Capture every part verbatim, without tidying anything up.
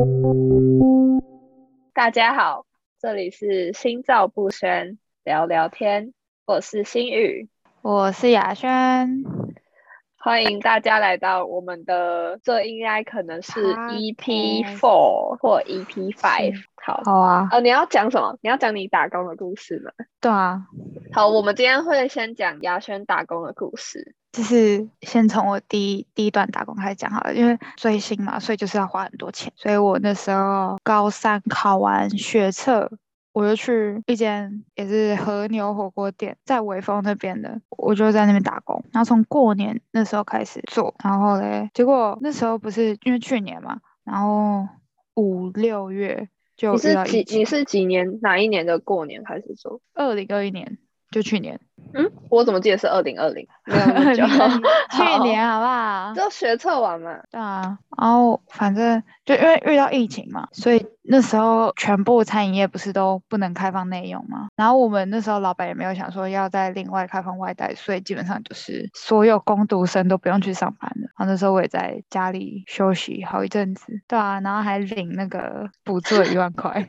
大家好，这里是心照不宣聊聊天，我是心雨， 我是雅轩。 欢迎大家来到我们的，这应该可能是 E P Podcast four 或 E P five。 是， 好， 好啊。 呃，你要讲什么？你要讲你打工的故事吗？ 对啊， 好，我们今天会先讲牙轩打工的故事。 就是先从我第一第一段打工开始讲好了，因为追星嘛，所以就是要花很多钱，所以我那时候高三考完学测，我就去一间也是和牛火锅店，在微风那边的，我就在那边打工，然后从过年那时候开始做，然后嘞，结果那时候不是因为去年嘛，然后五六月就遇你是几？你到疫情， 是几年？哪一年的过年开始做？ 二零二一年就去年。 嗯，我怎么记得是二零二零？没有那么二久。 零二一去好， 年好不好？ 就学测完嘛。 对啊，然后反正就因为遇到疫情嘛，所以那时候全部餐饮业不是都不能开放内用嘛。然后我们那时候老板也没有想说要再另外开放外带，所以基本上就是所有工读生都不用去上班了。然后那时候我也在家里休息好一阵子，对啊，然后还领那个补助的一万块。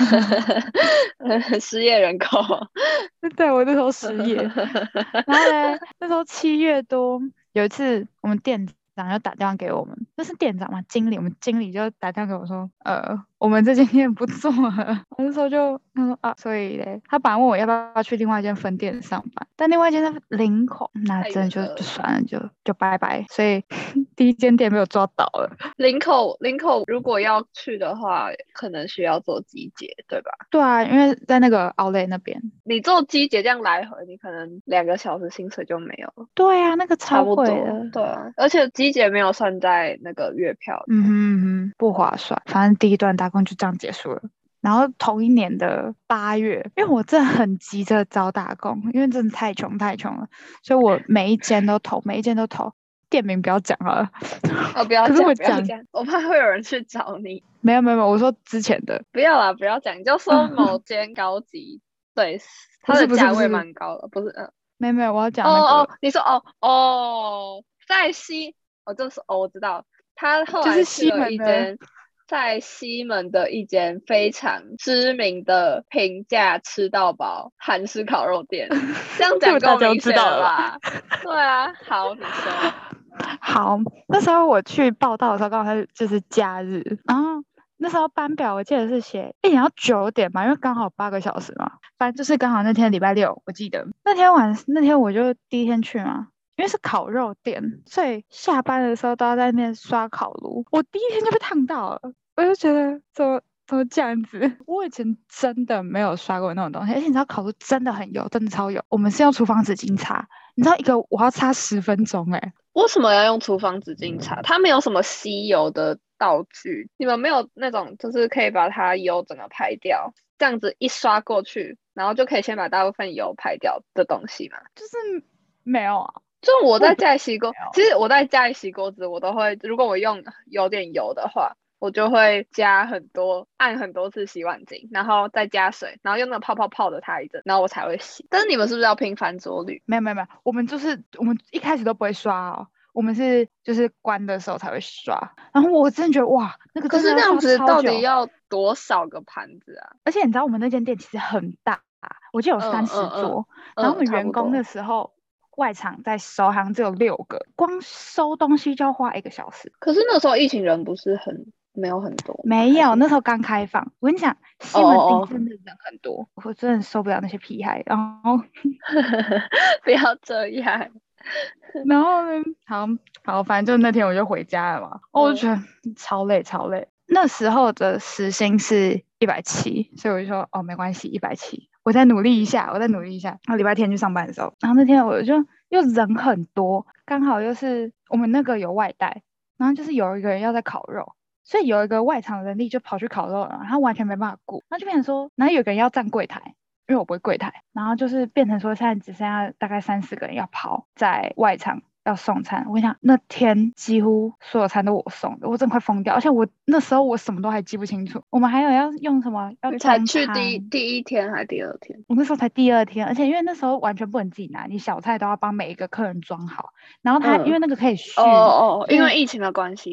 失业人口。 对，我那时候失业，然后嘞，那时候七月多，有一次我们店长就打电话给我们，那是店长嘛，经理，我们经理就打电话给我说，呃，我们这间店不做了。我那时候就他说啊，所以嘞，他本来问我要不要去另外一间分店上班，但另外一间在林口，那太真的就就远了。 算了，就就拜拜。所以第一间店没有做到了。 林口，林口如果要去的话，可能需要做机捷，对吧？ 对啊，因为在那个奥莱那边。 你做机捷这样来回，你可能两个小时薪水就没有了， 对啊，那个差超不多。 贵的。 对啊，而且机捷没有算在那个月票里面。 嗯哼嗯哼，不划算。反正第一段打工就这样结束了。然后同一年的八月，因为我真的很急着找打工，因为真的太穷太穷了，所以我每一间都投，每一间都投。店名不要讲好了。 哦，不要可是讲， 我讲不要讲，我怕会有人去找你。 没有没有没有，我说之前的。 不要啦，不要讲，你就说某嗯， 间高级，对， 不是不是它的价位不是， 蛮高的，不是？嗯， 没有没有，我要哦讲那个哦，你说哦哦，在西，我就是哦，我知道，他后就是西来去了门的。 一间在西门的一间非常知名的平价吃到饱韩式烤肉店，这样这讲个大家都够明显知道了吧？ 了吧？对啊，好，你说。 好，那时候我去报道的时候，刚好是就是假日，然后那时候班表我记得是写一点要九点嘛，因为刚好八个小时嘛，反正就是刚好那天礼拜六，我记得那天晚那天我就第一天去嘛，因为是烤肉店，所以下班的时候都要在那边刷烤炉，我第一天就被烫到了，我就觉得怎么怎么这样子？我以前真的没有刷过那种东西，而且你知道烤炉真的很油，真的超油，我们是用厨房纸巾擦，你知道一个我要擦十分钟哎、 为什么要用厨房纸巾擦？它没有什么吸油的道具，你们没有那种就是可以把它油整个排掉，这样子一刷过去，然后就可以先把大部分油排掉的东西吗？ 就是没有啊， 就我在我不家里洗锅， 没有， 其实我在家里洗锅子，我都会，如果我用有点油的话，我就会加很多，按很多次洗碗巾，然后再加水，然后用那个泡泡泡着它一阵，然后我才会洗。但是你们是不是要拼翻桌率？ 没有没有没有，我们就是我们一开始都不会刷哦，我们是就是关的时候才会刷。然后我真的觉得哇，那个可真的要刷是那样子超久， 到底要多少个盘子啊？ 而且你知道我们那间店其实很大，我记得有嗯三嗯嗯十桌，然后我嗯， 们员工的差不多。 时候外场在收，好像只有六个，光收东西就要花一个小时。 可是那时候疫情人不是很没有很多吗？ 没有， 还是？ 那时候刚开放。我跟你讲， 哦西门町哦哦， 真的人很多，我真的受不了那些屁孩。然后不要这样。 然后呢，好好，反正就那天我就回家了嘛，哦我就嗯， 觉得超累超累。那时候的时薪是一百七，所以我就说哦没关系，一百七，我再努力一下，我再努力一下。然后礼拜天去上班的时候，然后那天我就又人很多，刚好又是我们那个有外带，然后就是有一个人要在烤肉，所以有一个外场人力就跑去烤肉了，他完全没办法顾，然后就变成说，然后有个人要站柜台，因为我不会柜台，然后就是变成说现在只剩下大概三四个人要跑在外场要送餐。我跟你讲，那天几乎所有餐都我送的，我真的快疯掉。而且我那时候我什么都还记不清楚，我们还有要用什么要你才装去第一汤。 第一天还是第二天？ 我那时候才第二天，而且因为那时候完全不能自己拿，你小菜都要帮每一个客人装好。然后他因嗯， 为那个可以哦续， 哦，因所以为疫情的关系嘛。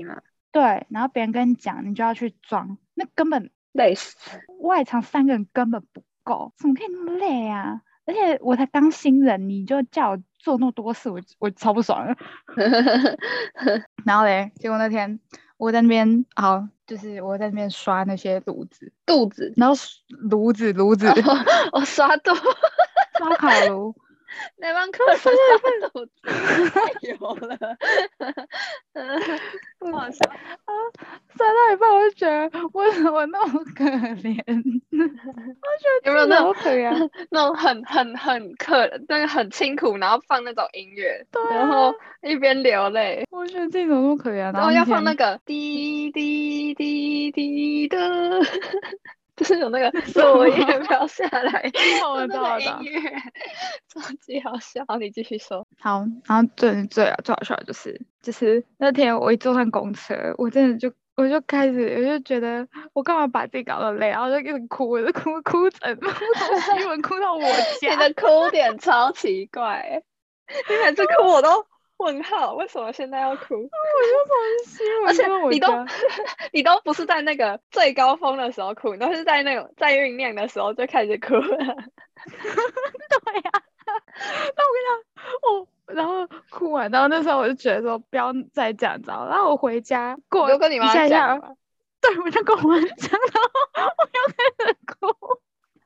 对，然后别人跟你讲，你就要去装，那根本累死。 外场三个人根本不够，怎么可以那么累啊？而且我才刚新人，你就叫我做那么多事，我我超不爽的。然后嘞，结果那天我在那边，好，就是我在那边刷那些炉子， 肚子， 然后炉子炉子我刷肚， 刷烤炉， 那帮客人刷肚子，太油了，不好笑。 啊，刷到一半我就觉得为什么那么可怜？我觉得有没有那种好可怜？ 那种很很很可那个很辛苦，然后放那种音乐， 对啊， 然后一边流泪， 我觉得自己怎么那么可怜？然然后要放后那天那个滴滴滴滴的，就是有那个落叶飘下来的我知那个道我知道音乐，超级好笑。好，你继续说。 好，然后最最啊最好笑的就是就是那天我一坐上公车，我真的就我就开始我就觉得我干嘛把自己搞得累，然后就一直哭，我就哭哭成从西门哭到我你家。 的哭点超奇怪欸，你每次哭我都问号，为什么现在要哭？ 我就从西而且门哭到我你都家。 你都不是在那个最高峰的时候哭，你都是在那种在酝酿的时候就开始哭了。 对呀、那我跟你讲，我然后哭完，然后那时候我就觉得说不要再这样子了，然后我回家你过一就跟你妈下下， 讲嘛， 对，我就跟我妈讲，然后我又开始哭。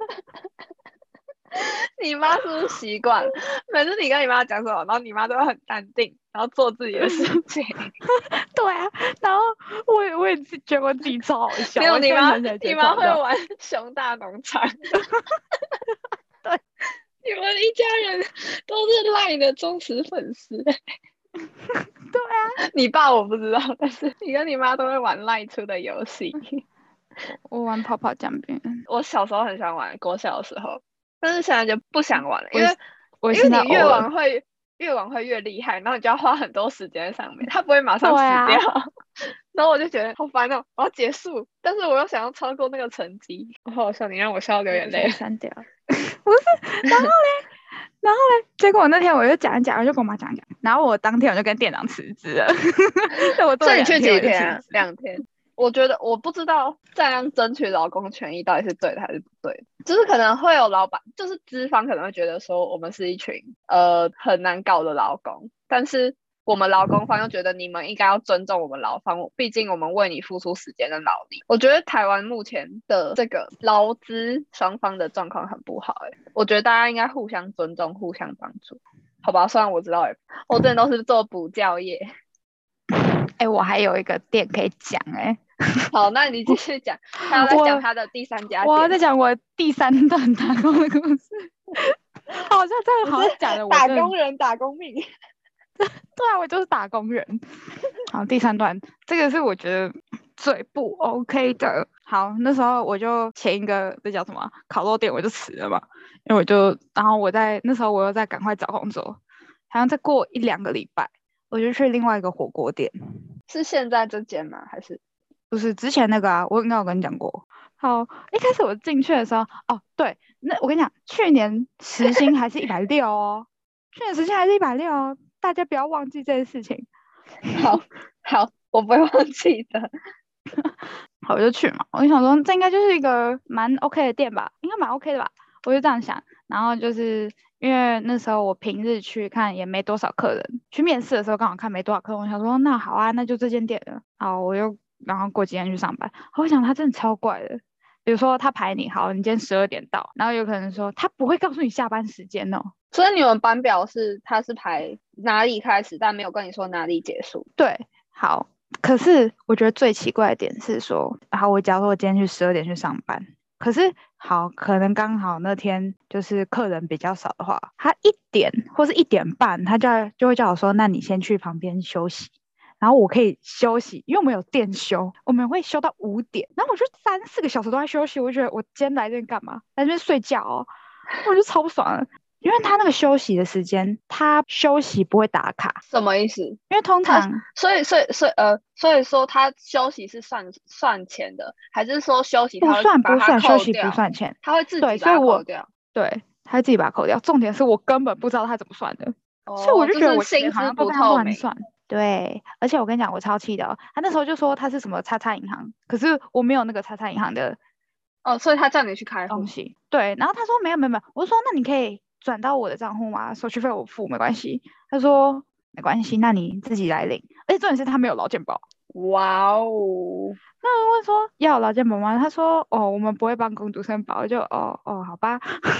你妈是不是习惯了？每次你跟你妈讲什么，然后你妈都会很淡定，然后做自己的事情。 对啊，然后我也我也是觉得我自己超好笑， 没有我你妈， 现在想起来觉你得超好笑。 妈会玩熊大农场。 对， 你们一家人都是赖的忠实粉丝。 对啊， 你爸我不知道，但是你跟你妈都会玩赖出的游戏。 我玩泡泡酱边， 我小时候很喜欢玩，国小的时候，但是现在就不想玩了， 我因为我因为你越现在偶尔玩会越玩会越厉害，然后你就要花很多时间在上面，它不会马上死对啊， 掉。然后我就觉得好烦哦，我要结束，但是我又想要超过那个成绩，好好笑，你让我笑到流眼泪我。删掉了。不是，然后嘞，然后嘞，结果那天我就讲一讲，我就跟我妈讲一讲，然后我当天我就跟店长辞职了。对，我做了所以你去两天我就几天啊？ 辞职。 两天。我觉得我不知道这样争取劳工权益到底是对的还是不对的，就是可能会有老板，就是资方可能会觉得说我们是一群呃很难搞的劳工，但是我们劳工方又觉得你们应该要尊重我们劳方，毕竟我们为你付出时间跟劳力。我觉得台湾目前的这个劳资双方的状况很不好、欸，我觉得大家应该互相尊重，互相帮助，好吧？虽然我知道、欸，我之前都是做补教业。 哎、我还有一个店可以讲哎、 好，那你继续讲，他要再讲他的第三家我要店。 再讲我第三段打工的故事。好像这样好像讲的我打真的工人打工命。 对啊，我就是打工人。好，第三段这个是我觉得最不 OK 的。好，那时候我就前一个这叫什么烤肉店我就辞了嘛，因为我就然后我在那时候我又在赶快找工作，好像再过一两个礼拜我就去另外一个火锅店。 是现在这间吗？还是不是之前那个啊，我应该有跟你讲过。好，一开始我进去的时候，哦，对，那我跟你讲，去年时薪还是一百六哦，去年时薪还是一百六哦，大家不要忘记这件事情。 好好，我不会忘记的。 好，我就去嘛，我就想说这应该就是一个蛮 OK 的店吧，应该蛮 OK 的吧，我就这样想。然后就是因为那时候我平日去看也没多少客人，去面试的时候刚好看没多少客人，我想说那好啊，那就这间店了。好，我又然后过几天去上班，我想他真的超怪的。比如说他排你好，你今天十二点到，然后有可能说他不会告诉你下班时间哦。 所以你们班表是他是排哪里开始，但没有跟你说哪里结束。 对，好，可是我觉得最奇怪的点是说，好，我假如说我今天去十二点去上班，可是好，可能刚好那天就是客人比较少的话，他一点或是一点半，他就就会叫我说，那你先去旁边休息。然后我可以休息，因为我们有店休，我们会休到五点，然后我就三四个小时都在休息，我就觉得我今天来这边干嘛？来这边睡觉哦，我就超不爽的。因为他那个休息的时间，他休息不会打卡， 什么意思？ 因为通常所以所以所以呃，所以说他休息是算算钱的，还是说休息他会不算不把它扣算休息不掉？ 算钱， 他会自己对， 把它扣所以我掉。 对他自己把它扣掉。重点是我根本不知道他怎么算的，所以哦， 我就觉得就是我钱好薪资不像都被他透明。 乱算。 对，而且我跟你讲，我超气的哦，他那时候就说他是什么叉叉银行，可是我没有那个叉叉银行的哦，所以他叫你去开户。 东西。对，然后他说没有没有没有，我就说那你可以转到我的账户吗？手续费我付没关系。他说没关系，那你自己来领。而且重点是他没有劳健保。 哇哦， 那我问说要有劳健保吗？他说哦，我们不会帮工读生保。我就哦哦，好吧。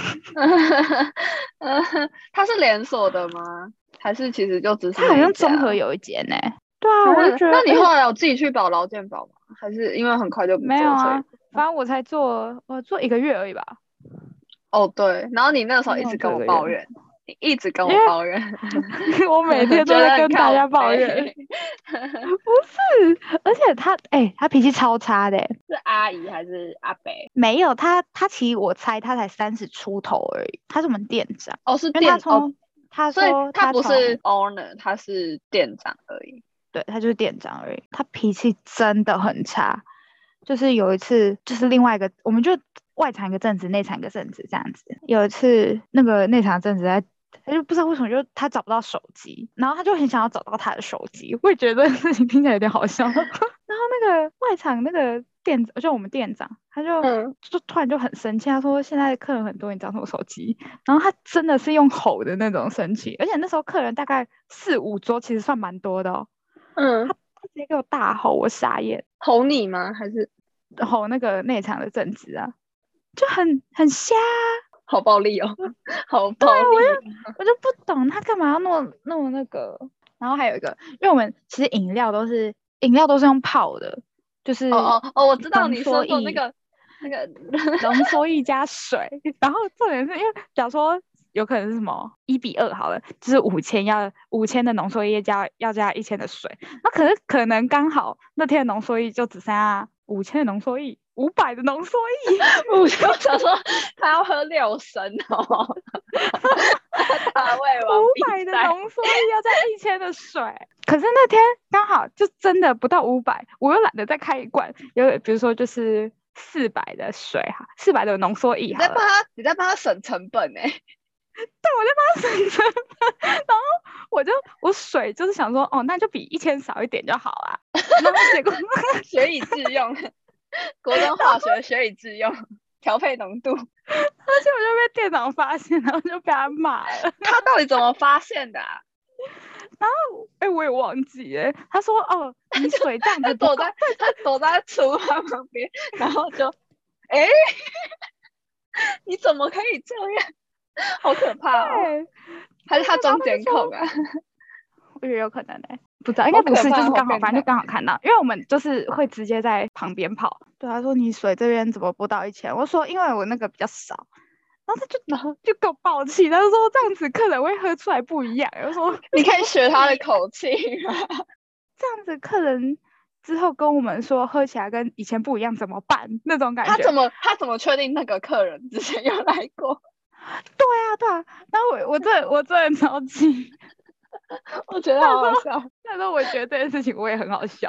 它是连锁的吗？还是其实就只是他好像那一家？ 综合有一间呢、对啊，我就嗯， 觉得， 那你而且后来有自己去保劳健保吗？还是因为很快就不做，所以？ 没有啊，反正我才做，我做一个月而已吧， 哦，对，然后你那个时候没有一直跟我做一个月， 抱怨，你一直跟因为我抱怨， 我每天都在觉得很跟大家抱靠背。 怨。不是，而且他，哎、他脾气超差的、欸， 是阿姨还是阿伯？ 没有他，他其实我猜他才三十出头而已，他是我们店长， 哦，是因为他店哦， 说，他所以说他他从， 不是 owner，他是店长而已。 对，他就是店长而已，他脾气真的很差。就是有一次，就是另外一个，我们就外场一个正职，内场一个正职这样子。有一次，那个内场正职在，他就不知道为什么，就他找不到手机，然后他就很想要找到他的手机。我也觉得这个事情听起来有点好笑。然后那个外场那个店，就我们店长，他就嗯， 就突然就很生气，他说现在客人很多，你找什么手机？然后他真的是用吼的那种生气，而且那时候客人大概四五桌，其实算蛮多的哦。 嗯， 他他直接给我大吼，我傻眼。 吼你吗？还是吼那个内场的正职啊，就很很瞎啊。 好暴力哦？好对啊， 暴力哦！ 我就我就不懂他干嘛要那么那么那个。然后还有一个，因为我们其实饮料都是饮料都是用泡的，就是哦哦哦，我知道浓你说过那缩液， 个那个， 浓缩液加水。然后重点是因为假如说有可能是什么一比二好了，就是五千要五千的浓缩液加要加一千的水，那可是可能刚好那天的浓缩液就只剩下五千的浓缩液，五百的浓缩液。 我就想说他要喝六升哦，大胃王五比百的赛。 浓缩液要加一千的水，可是那天刚好就真的不到五百，我又懒得再开一罐，有比如说就是四百的水哈，四百的浓缩液你好了， 在帮他，你在帮他省成本哎。 对，我就把它省成本，然后我就我水就是想说，哦，那就比一千少一点就好啦，然后结果学以致用，国中化学学以致用，调配浓度。 而且我就被店长发现，然后就被他骂了。 他到底怎么发现的啊？ 然后哎、欸，我也忘记哎，他说哦，你水这样他子不够， 躲在他躲在厨房旁边，然后就哎、欸，你怎么可以这样？好可怕哦！ 对， 还是他装然后他就说， 监控啊？ 我觉得有可能哎、不知道，应该不是， 好可怕， 就是刚好， 好变态。 反正就刚好看到，因为我们就是会直接在旁边泡。对，他说你水这边怎么不到一千？我说因为我那个比较少，然后他就然后就给我爆气，他就说这样子客人会喝出来不一样。我说你可以学他的口气吗？ 这样子客人之后跟我们说喝起来跟以前不一样怎么办？那种感觉。 他怎么他怎么确定那个客人之前有来过？ 对啊，对啊，然后我我真我真的超气。 我觉得好好笑。 那时候我觉得这件事情我也很好笑。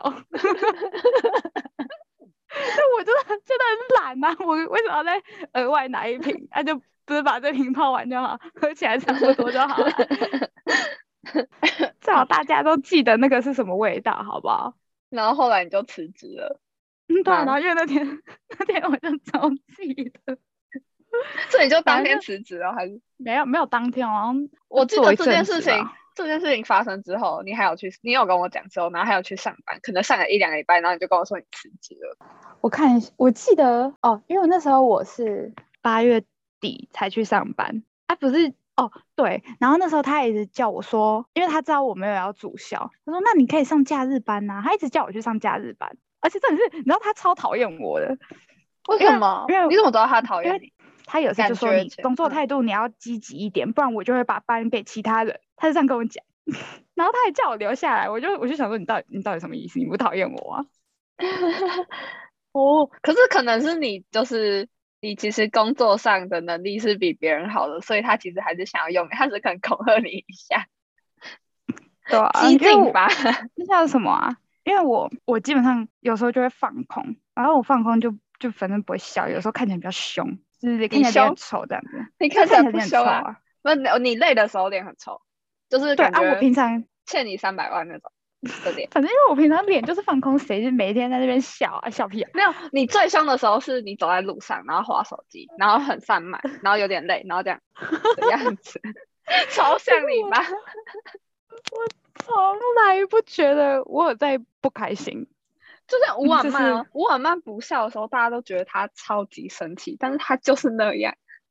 但我真的真的很懒呐、啊，我为什么要再额外拿一瓶？那、啊、就不是把这瓶泡完就好，喝起来差不多就好了。最好大家都记得那个是什么味道，好不好？ 然后后来你就辞职了。 嗯，对啊，然后因为那天那天我就超气的。 所以你就当天辞职了，还是没有没有当天好像我记得这件事情， 吧这件事情发生之后，你还有去，你有跟我讲之后，然后还有去上班，可能上了一两个礼拜，然后你就跟我说你辞职了。 我看我记得哦，因为那时候我是八月底才去上班，啊不是哦对，然后那时候他一直叫我说，因为他知道我没有要住校，他说那你可以上假日班呐、啊，他一直叫我去上假日班，而且真的是，你知道他超讨厌我的， 为什么？ 因为你怎么知道他讨厌你？ 他有时就说你工作态度你要积极一点，不然我就会把班给其他人，他是这样跟我讲。然后他还叫我留下来，我就我就想说你到底你到底什么意思？你不讨厌我啊？ 哦，可是可能是你就是你其实工作上的能力是比别人好的，所以他其实还是想要用你，他只可能恐吓你一下。 对啊， 激进法。 那叫什么啊？因为我我基本上有时候就会放空，然后我放空就就反正不会笑，有时候看起来比较凶，就是看起来比较丑这样子。 你看起来不很凶啊？ 啊？ 不，你累的时候脸很臭，就是对啊，我感觉平常欠你三百万那种。 的脸。 反正因为我平常脸就是放空，谁是每天在那边笑啊笑屁啊？ 没有，你最凶的时候是你走在路上，然后滑手机，然后很散漫，然后有点累，然后这样的样子，超像你吧？ 我从来不觉得我有在不开心。 就像吴婉就曼哦， 是吴婉曼不笑的时候，大家都觉得她超级生气，但是她就是那样。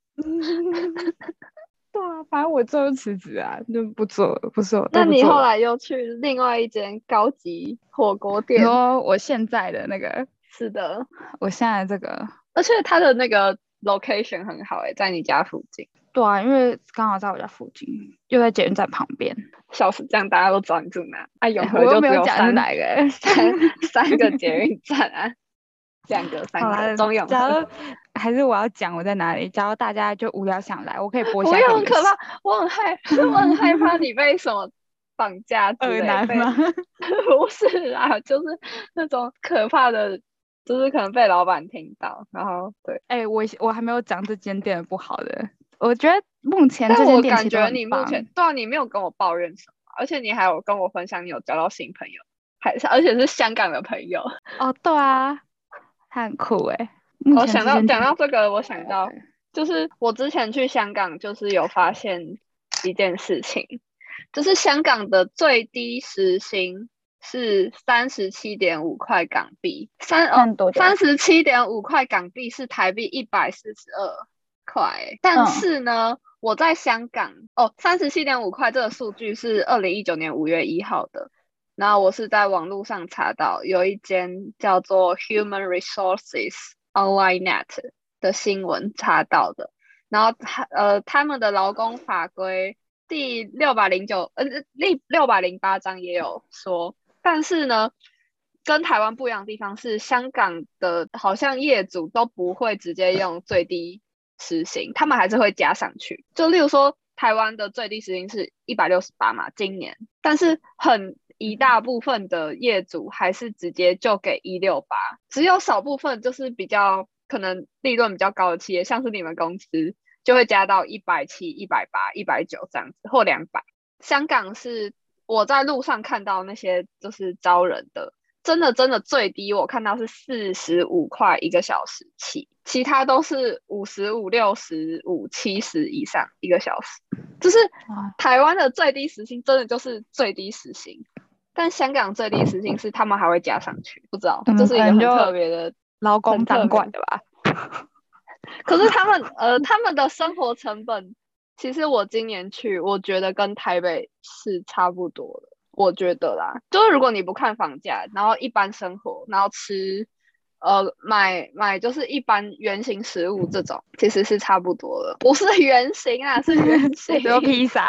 对啊，反正我最后辞职啊，就不做了，不做了， 那你都不做了。 后来又去另外一间高级火锅你店？ 说我现在的那个， 是的， 我现在这个， 而且它的那个 location 很好诶，在你家附近。 对啊，因为刚好在我家附近，又在捷运站旁边。 笑死，这样大家都知道你住哪。啊，永和我又就只没有讲是有三哪一个。 三三个捷运站啊，两个三好啦， 个中永假和。 如还是我要讲我在哪里，假如大家就无聊想来，我可以播不下给你们用很可怕，我很害我很害怕你被什么绑架之恶类被男吗？ 不是啊，就是那种可怕的，就是可能被老板听到，然后对。 哎、我我还没有讲这间店的不好的，我觉得目前但这间我感觉店其实都很棒。 你目前对啊，你没有跟我抱怨什么，而且你还有跟我分享你有交到新朋友，还是而且是香港的朋友。 哦，对啊，他很酷哎。目我前这间店想到讲到这个，我想到 OK， 就是我之前去香港，就是有发现一件事情，就是香港的最低时薪是三十七点五块港币，三哦看多久？ 三十七点五块港币是台币一百四十二块欸，但嗯是呢，我在香港哦，三十七点五块这个数据是二零一九年五月一号的。然后我是在网络上查到有一间叫做 Human Resources Online Net 的新闻查到的，然后他呃他们的劳工法规第六百零九呃第六百零八章也有说，但是呢，跟台湾不一样的地方是，香港的好像业主都不会直接用最低时薪，他们还是会加上去。就例如说，台湾的最低时薪是一百六十八嘛，今年，但是很一大部分的业主还是直接就给一六八，只有少部分就是比较可能利润比较高的企业，像是你们公司就会加到一百七、一百八、一百九这样子，或两百。香港是我在路上看到那些就是招人的。真的真的最低我看到是四十五块一个小时起，其他都是五十五、六十五、七十以上一个小时。就是台湾的最低时薪真的就是最低时薪，但香港最低时薪是他们还会加上去，不知道， 嗯这是一个很可能就特别的劳工当很特别管的吧。 可是他们呃他们的生活成本，其实我今年去，我觉得跟台北是差不多的。我觉得啦，就是如果你不看房价，然后一般生活，然后吃，呃，买买就是一般原型食物这种，其实是差不多的。不是原型啊，是原型。 比如披萨、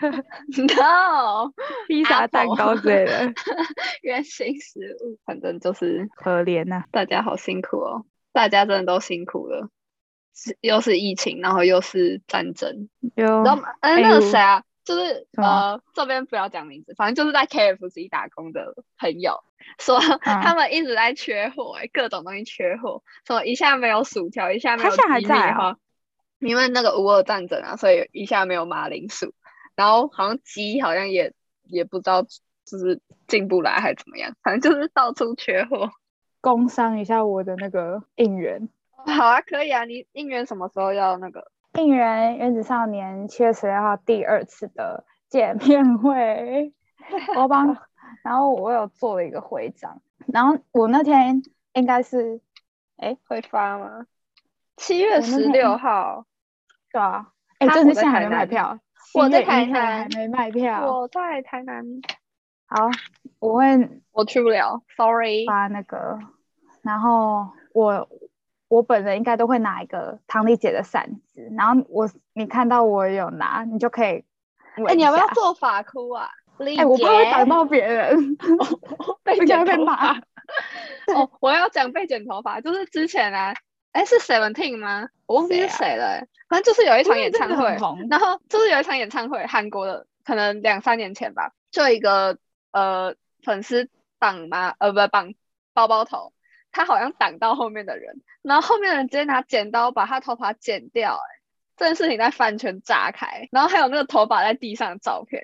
No， 披萨蛋糕之类的。 原型食物，反正就是可怜呐、 大家好辛苦哦，大家真的都辛苦了。是又是疫情，然后又是战争， 就然后呃那个谁啊，就是什么呃这边不要讲名字，反正就是在 K F C 打工的朋友说，他嗯， 们一直在缺货、欸，各种东西缺货，什么一下没有薯条，一下没有他现在还鸡米在啊花，因为那个乌俄战争啊，所以一下没有马铃薯，然后好像鸡好像也也不知道就是进不来还是怎么样，反正就是到处缺货。 工商一下我的那个应援。 好啊，可以啊，你应援什么时候要那个？ 应援原子少年七月十六号第二次的见面会，我帮，然后我有做了一个徽章，然后我那天应该是，哎， 会发吗？七月我那天十六号， 对啊，哎， 他我真的是现在还在台南， 没卖票， 我在七月一号台南还没卖票。 我在台南， 好，我会我去不了，sorry。 发那个，然后我我本人应该都会拿一个唐丽姐的扇子，然后我你看到我有拿，你就可以哎、 闻一你要不要下。 做发箍啊？丽哎、我怕会姐挡到别人， 被我应该剪头被骂。 发。哦，我要讲被剪头发，就是之前啊，哎，是 Seventeen 吗？我忘记是谁了、欸，反正就是有一场演唱会因为真的很红， 然后就是有一场演唱会，韩国的，可能两三年前吧，就一个呃粉丝绑嘛，呃不绑包包头，他好像挡到后面的人，然后后面的人直接拿剪刀把他头发剪掉、欸，这件事情在饭圈炸开，然后还有那个头发在地上的照片，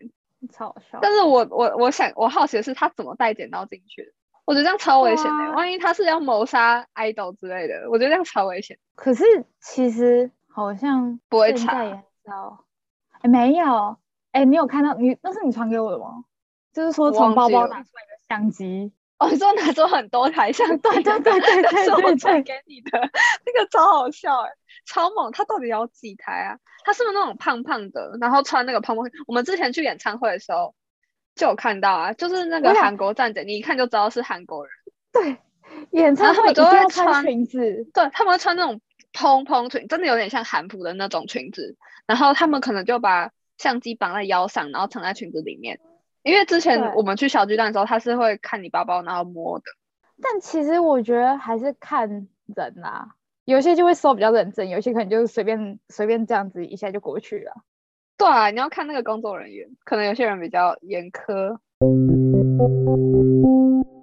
超好笑。 但是我我我想我好奇的是他怎么带剪刀进去的？我觉得这样超危险的、欸， 啊万一他是要谋杀 idol 之类的，我觉得这样超危险。 可是其实好像不会现在也查， 很少，哎，没有，哎，你有看到你那是你传给我的吗？就是说我从包忘记了。 包拿出来的相机， 哦，你说拿出很多台相机对对那个， 对对那是我对对传对， 给你的，那个超好笑哎、超猛！他到底有几台啊？他是不是那种胖胖的，然后穿那个胖胖？我们之前去演唱会的时候就有看到啊，就是那我想个韩国站姐，你一看就知道是韩国人。 对，演唱会一然后他们就定要穿会穿， 裙子， 对，他们会穿那种蓬蓬裙，真的有点像韩服的那种裙子。然后他们可能就把相机绑在腰上，然后藏在裙子里面。因为之前我对。 们去小巨蛋的时候，他是会看你包包，然后摸的。 但其实我觉得还是看人啦，有些就会收比较认真，有些可能就是随便随便这样子一下就过去了。 对啊，你要看那个工作人员，可能有些人比较严苛。